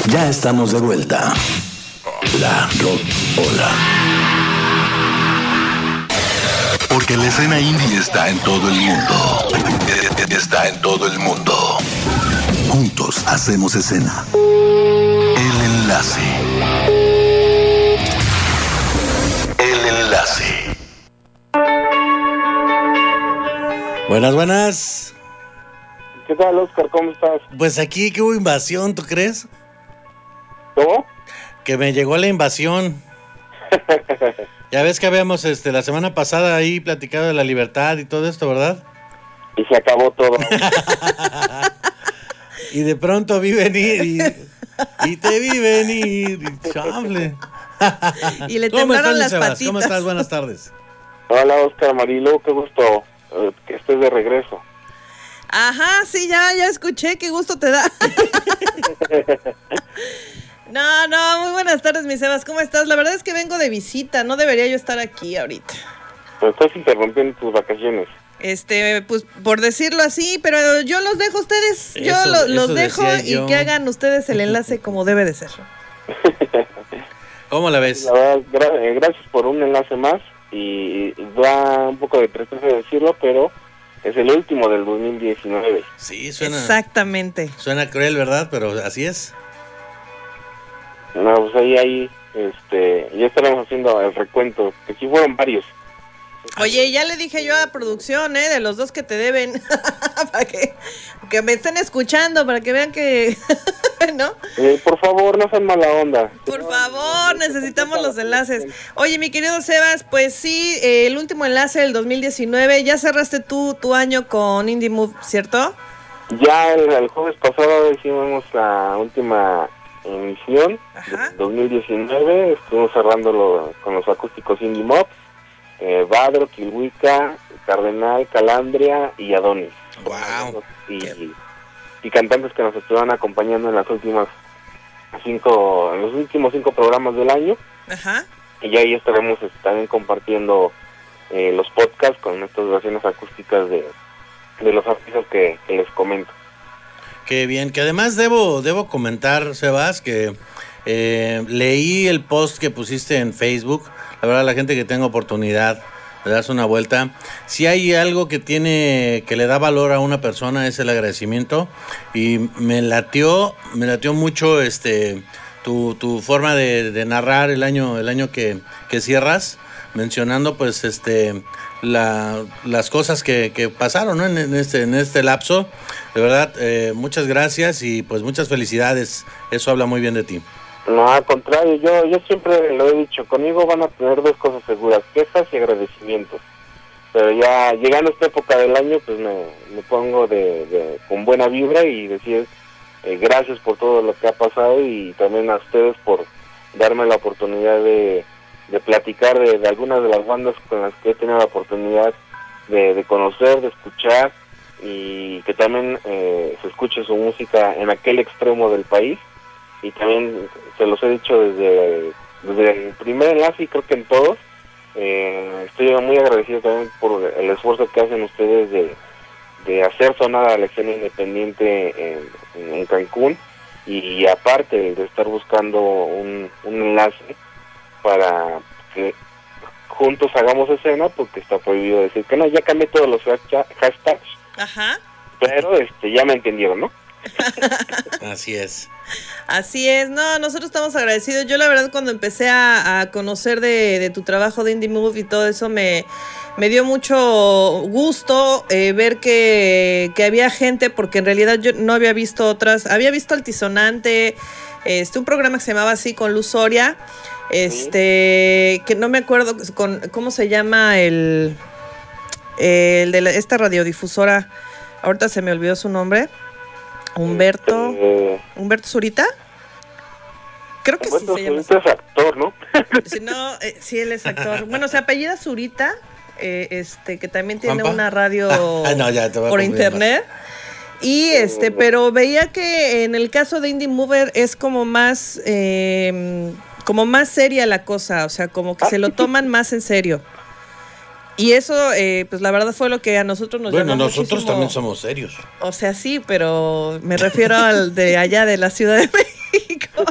Ya estamos de vuelta. La Rocola. Porque la escena indie está en todo el mundo. Está en todo el mundo. Juntos hacemos escena. El enlace. El enlace. Buenas. ¿Qué tal, Oscar? ¿Cómo estás? Pues aquí que hubo invasión, ¿tú crees? ¿Cómo? Que me llegó la invasión. Ya ves que habíamos la semana pasada ahí platicado de la libertad y todo esto, ¿verdad? Y se acabó todo. Y de pronto vi venir y te vi venir. Y chable. Y le temblaron las Sebas? patitas. ¿Cómo estás? Buenas tardes. Hola, Oscar, Marilo, qué gusto que estés de regreso. Ajá, sí, ya escuché, qué gusto te da. No, muy buenas tardes, mi Sebas, ¿cómo estás? La verdad es que vengo de visita, no debería yo estar aquí ahorita. Pero estás interrumpiendo tus vacaciones. Pues por decirlo así, pero yo los dejo a ustedes, los dejo y que hagan ustedes el enlace como debe de ser. ¿Cómo la ves? La verdad, gracias por un enlace más y da un poco de tristeza decirlo, pero es el último del 2019. Sí, suena. Exactamente. Suena cruel, ¿verdad? Pero así es. No, pues ahí, ya estaremos haciendo el recuento, que sí fueron varios. Oye, ya le dije yo a producción, de los dos que te deben, para que me estén escuchando, para que vean que, ¿no? Por favor, no sean mala onda. Por favor, necesitamos los enlaces. Oye, mi querido Sebas, pues sí, el último enlace del 2019, ya cerraste tu año con Indie Move, ¿cierto? Ya el jueves pasado hicimos la última emisión de 2019, estuvimos cerrándolo con los acústicos Indie Move. Badro, Kilhuica, Cardenal, Calandria y Adonis. Wow. Y cantantes que nos estuvieron acompañando en los últimos 5 programas del año. Ajá. Y ya ahí estaremos también compartiendo los podcasts con estas versiones acústicas de los artistas que les comento. Qué bien, que además debo comentar, Sebas, que leí el post que pusiste en Facebook. La verdad, la gente que tenga oportunidad de darse una vuelta, si hay algo que le da valor a una persona es el agradecimiento, y me latió mucho tu forma de narrar el año que cierras, mencionando pues las cosas que pasaron, ¿no? en este lapso. De verdad, muchas gracias y pues muchas felicidades. Eso habla muy bien de ti. No, al contrario, yo siempre lo he dicho, conmigo van a tener dos cosas seguras, quejas y agradecimientos. Pero ya llegando a esta época del año, pues me pongo con buena vibra y decir gracias por todo lo que ha pasado, y también a ustedes por darme la oportunidad de platicar de algunas de las bandas con las que he tenido la oportunidad de conocer, de escuchar, y que también se escuche su música en aquel extremo del país. Y también se los he dicho desde el primer enlace y creo que en todos. Estoy muy agradecido también por el esfuerzo que hacen ustedes de hacer sonar a la escena independiente en Cancún, y aparte de estar buscando un enlace para que juntos hagamos escena, porque está prohibido decir que no. Ya cambié todos los hashtags. Ajá. Pero ya me entendieron, ¿no? Así es. Así es, no, nosotros estamos agradecidos. Yo la verdad cuando empecé a conocer de tu trabajo de Indie Move y todo eso me dio mucho gusto ver que había gente, porque en realidad yo no había visto otras, había visto Altisonante, un programa que se llamaba así con Luz Soria, que no me acuerdo cómo se llama el de esta radiodifusora, ahorita se me olvidó su nombre. Humberto Zurita. Creo que sí se llama así. Es actor, ¿no? Si no, sí, él es actor. Bueno, se apellida Zurita, que también tiene ¿Pampa? una radio No, ya te voy a por confundir internet. Y pero veía que en el caso de Indie Mover es como más seria la cosa, o sea, como que se lo toman más en serio. Y eso, pues la verdad fue lo que a nosotros nos llamó nosotros muchísimo. También somos serios. O sea, sí, pero me refiero al de allá de la Ciudad de México.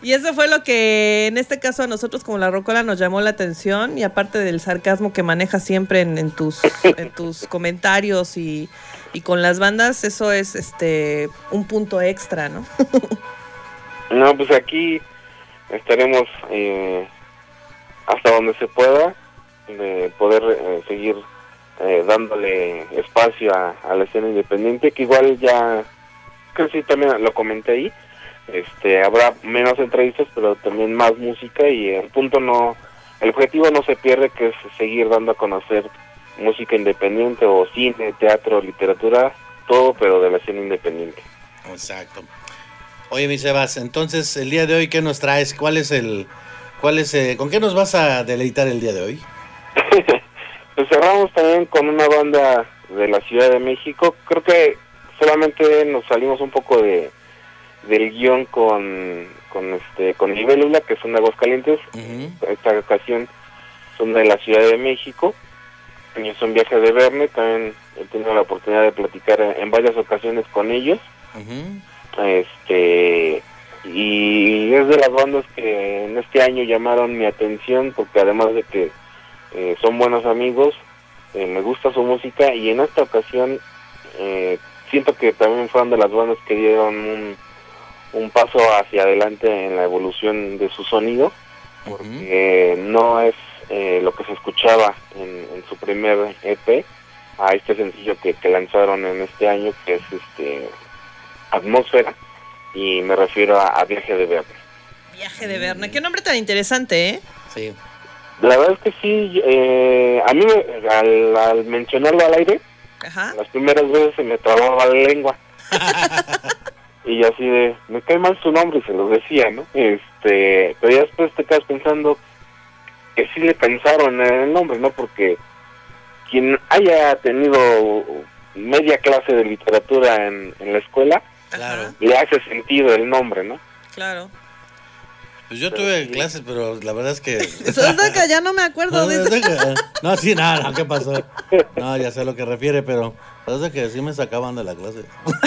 Y eso fue lo que en este caso a nosotros como La Rocola nos llamó la atención, y aparte del sarcasmo que manejas siempre en tus comentarios y con las bandas, eso es un punto extra, ¿no? No, pues aquí estaremos hasta donde se pueda, de poder seguir dándole espacio a la escena independiente, que igual ya, creo que sí también lo comenté ahí, habrá menos entrevistas, pero también más música, y el objetivo no se pierde, que es seguir dando a conocer música independiente o cine, teatro, literatura, todo, pero de la escena independiente. Exacto. Oye, mi Sebas, entonces el día de hoy, ¿qué nos traes? ¿Con qué nos vas a deleitar el día de hoy? Pues cerramos también con una banda de la Ciudad de México. Creo que solamente nos salimos un poco del guión con Libélula, que son de Aguascalientes. Esta ocasión son de la Ciudad de México. Y es un viaje de Verne. También he tenido la oportunidad de platicar en varias ocasiones con ellos. Y es de las bandas que en este año llamaron mi atención, porque además de que son buenos amigos, me gusta su música, y en esta ocasión siento que también fueron de las bandas que dieron un paso hacia adelante en la evolución de su sonido, porque no es lo que se escuchaba en su primer EP, a este sencillo que lanzaron en este año, que es Atmósfera, y me refiero a Viaje de Verne. Viaje de Verne, qué nombre tan interesante, ¿eh? Sí. La verdad es que sí, a mí al mencionarlo al aire, las primeras veces se me trababa la lengua. Y así me cae mal su nombre, y se los decía, ¿no? Pero ya después te quedas pensando que sí le pensaron en el nombre, ¿no? Porque quien haya tenido media clase de literatura en la escuela, claro, le hace sentido el nombre, ¿no? Claro. Pues yo tuve clases, pero la verdad es que... Ya no me acuerdo de eso. No, sí, nada, ¿qué pasó? No, ya sé a lo que refiere, pero la verdad es que sí me sacaban de la clase.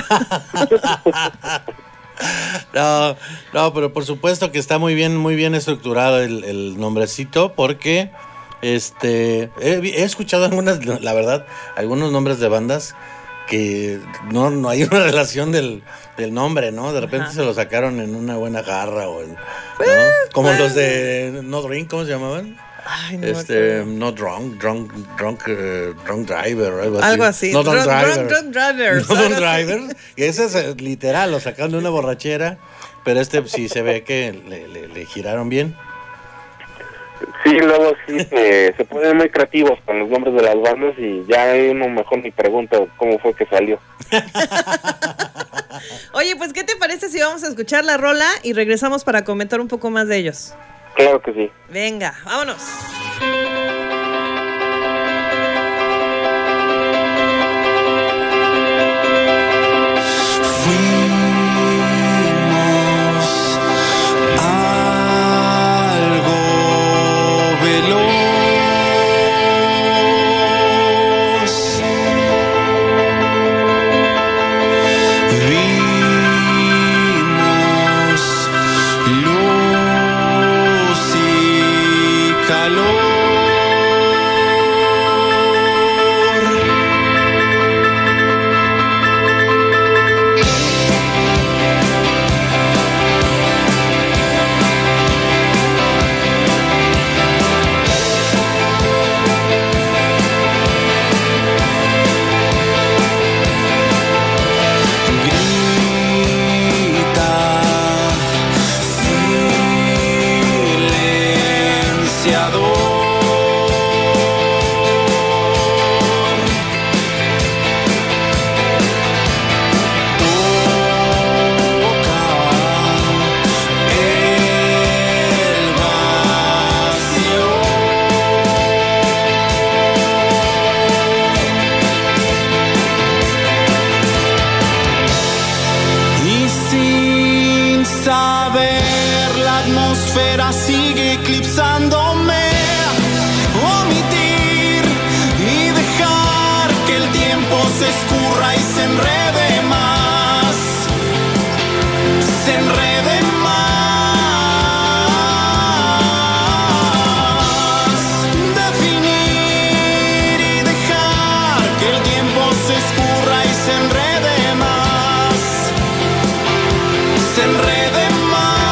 No, pero por supuesto que está muy bien estructurado el nombrecito, porque he escuchado algunos nombres de bandas que no hay una relación del nombre, ¿no? De repente se lo sacaron en una buena jarra ¿no? Como los de No Drink, ¿cómo se llamaban? Ay, No Drunk Driver, algo así. No Drunk Driver. Drunk Driver. No Drunk Driver. Y ese es literal, lo sacaron de una borrachera, pero sí se ve que le giraron bien. Sí, luego sí se ponen muy creativos con los nombres de las bandas, y ya uno mejor ni pregunta cómo fue que salió. Oye, pues ¿qué te parece si vamos a escuchar la rola y regresamos para comentar un poco más de ellos? Claro que sí. Venga, vámonos. Sigue eclipsándome, omitir y dejar que el tiempo se escurra y se enrede más, se enrede más. se enrede más.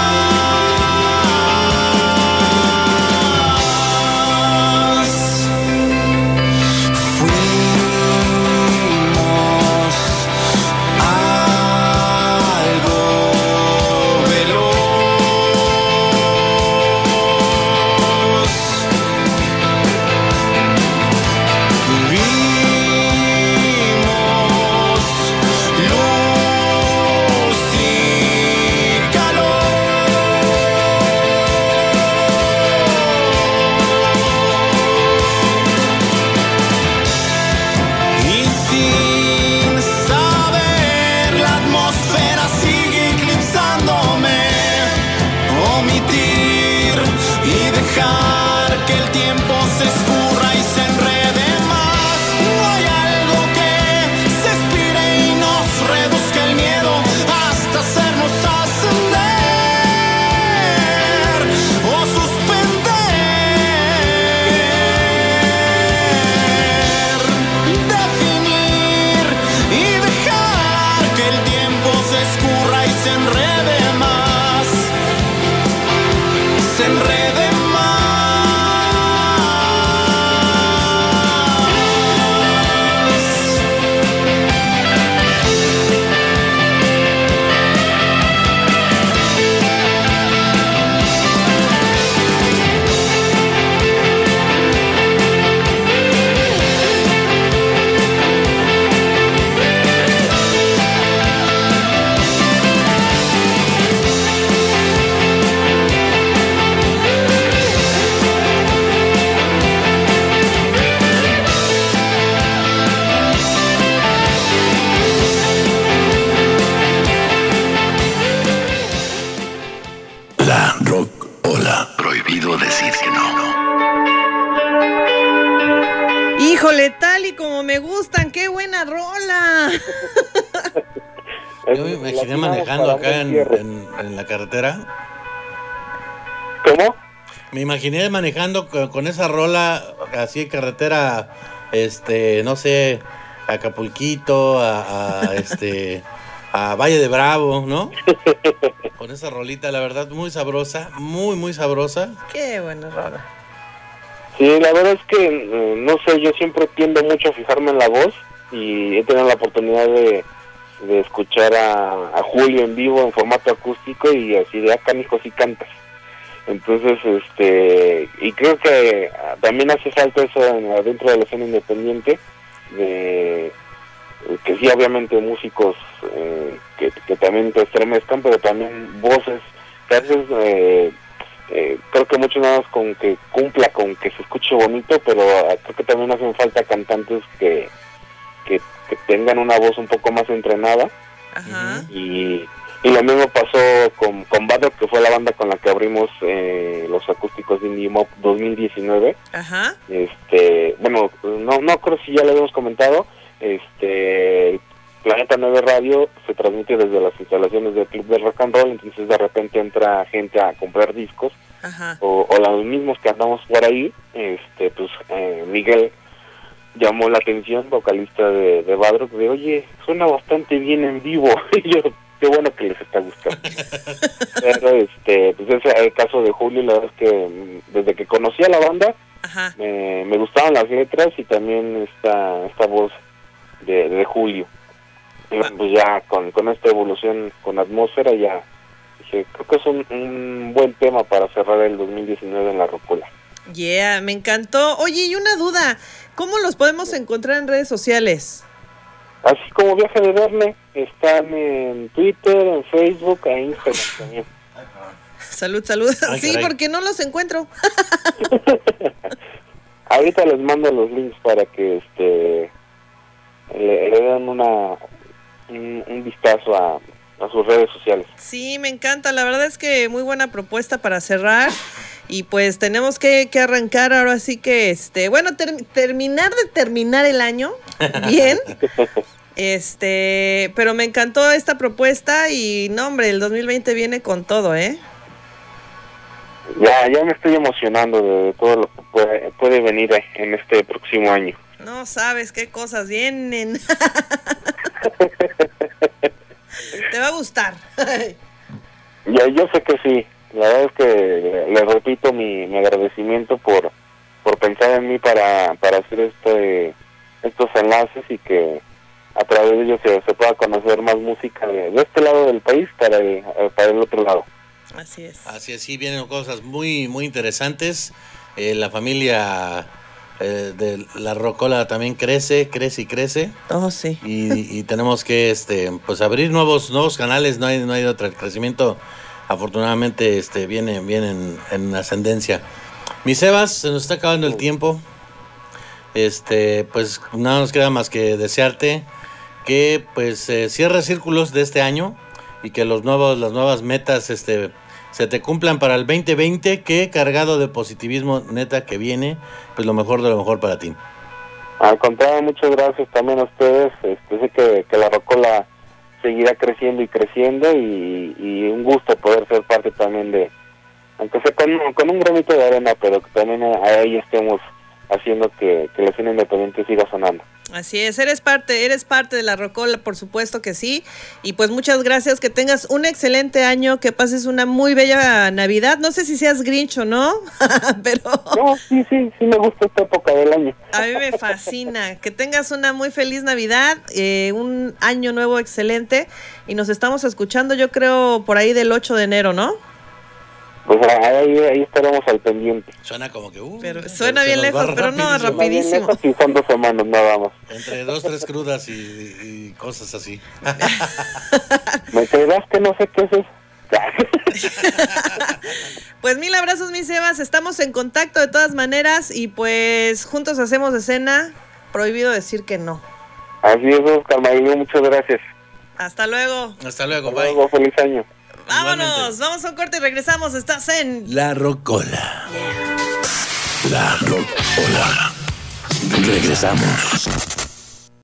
Híjole, tal y como me gustan, qué buena rola. Yo me imaginé manejando acá en la carretera. ¿Cómo? Me imaginé manejando con esa rola así en carretera, no sé, a Acapulquito, a Valle de Bravo, ¿no? Con esa rolita, la verdad, muy sabrosa, muy, muy sabrosa. Qué buena rola. Sí, la verdad es que, no sé, yo siempre tiendo mucho a fijarme en la voz y he tenido la oportunidad de escuchar a Julio en vivo en formato acústico y así de acá, hijo, sí cantas. Entonces, y creo que también hace falta eso dentro de la escena independiente, de que sí, obviamente músicos que también te estremezcan, pero también voces que a veces creo que mucho nada más con que cumpla, con que se escuche bonito, pero creo que también hacen falta cantantes que tengan una voz un poco más entrenada. Ajá. Y lo mismo pasó con Badrock, que fue la banda con la que abrimos los acústicos de Indie Mob 2019. Ajá. Bueno, no creo si ya lo habíamos comentado. Planeta 9 Radio se transmite desde las instalaciones del Club de Rock and Roll, entonces de repente entra gente a comprar discos. Ajá. O los mismos que andamos por ahí. Miguel llamó la atención, vocalista de Badrock, de oye, suena bastante bien en vivo. Y yo, qué bueno que les está gustando. Pero pues ese es el caso de Julio. La verdad es que desde que conocí a la banda, Ajá. me gustaban las letras y también esta voz de Julio. Y bueno, pues ya con esta evolución con Atmósfera, ya dije, creo que es un buen tema para cerrar el 2019 en la Rocola. Yeah, me encantó. Oye, y una duda, ¿cómo los podemos encontrar en redes sociales? Así como Viaje de Verne, están en Twitter, en Facebook e Instagram también. Salud, salud. Ay, Sí, caray. porque no los encuentro. Ahorita les mando los links para que le den un vistazo a sus redes sociales. Sí, me encanta. La verdad es que muy buena propuesta para cerrar. Y pues tenemos que arrancar ahora sí que, bueno, terminar el año bien. Pero me encantó esta propuesta y no, hombre, el 2020 viene con todo, ¿eh? Ya me estoy emocionando de todo lo que puede venir en este próximo año. No sabes qué cosas vienen. Te va a gustar. Yo sé que sí. La verdad es que le repito mi agradecimiento por pensar en mí para hacer estos enlaces y que a través de ellos se pueda conocer más música de este lado del país para el otro lado. Así es. Así es, sí, vienen cosas muy, muy interesantes. La familia de la Rocola también crece y crece. Oh, sí. Y tenemos que pues abrir nuevos canales, no hay otro. El crecimiento afortunadamente viene en ascendencia. Mi Sebas, se nos está acabando el tiempo. Pues nada nos queda más que desearte que pues cierres círculos de este año y que las nuevas metas se te cumplan para el 2020, que cargado de positivismo, neta, que viene pues lo mejor de lo mejor para ti. Al contrario, muchas gracias también a ustedes. Sé que la Rocola seguirá creciendo y un gusto poder ser parte también de, aunque sea con un granito de arena, pero que también ahí estemos haciendo que la escena independiente siga sonando. Así es, eres parte de la Rocola, por supuesto que sí. Y pues muchas gracias, que tengas un excelente año, que pases una muy bella Navidad. No sé si seas Grinch o no, pero... No, sí me gusta esta época del año. A mí me fascina. Que tengas una muy feliz Navidad, un año nuevo excelente. Y nos estamos escuchando, yo creo, por ahí del 8 de enero, ¿no? Pues ahí estaremos al pendiente. Suena como que... pero suena bien lejos, pero no, rapidísimo. Sí, son 2 semanas, nada más. Entre 2, 3 crudas y cosas así. ¿Me creerás que no sé qué es eso? Pues 1000 abrazos, mi Sebas. Estamos en contacto de todas maneras y pues juntos hacemos escena. Prohibido decir que no. Así es, Oscar Marillo, muchas gracias. Hasta luego. Hasta luego, Hasta bye. luego, feliz año. Vámonos, vamos a un corte y regresamos. Estás en La Rocola. La Rocola. Regresamos.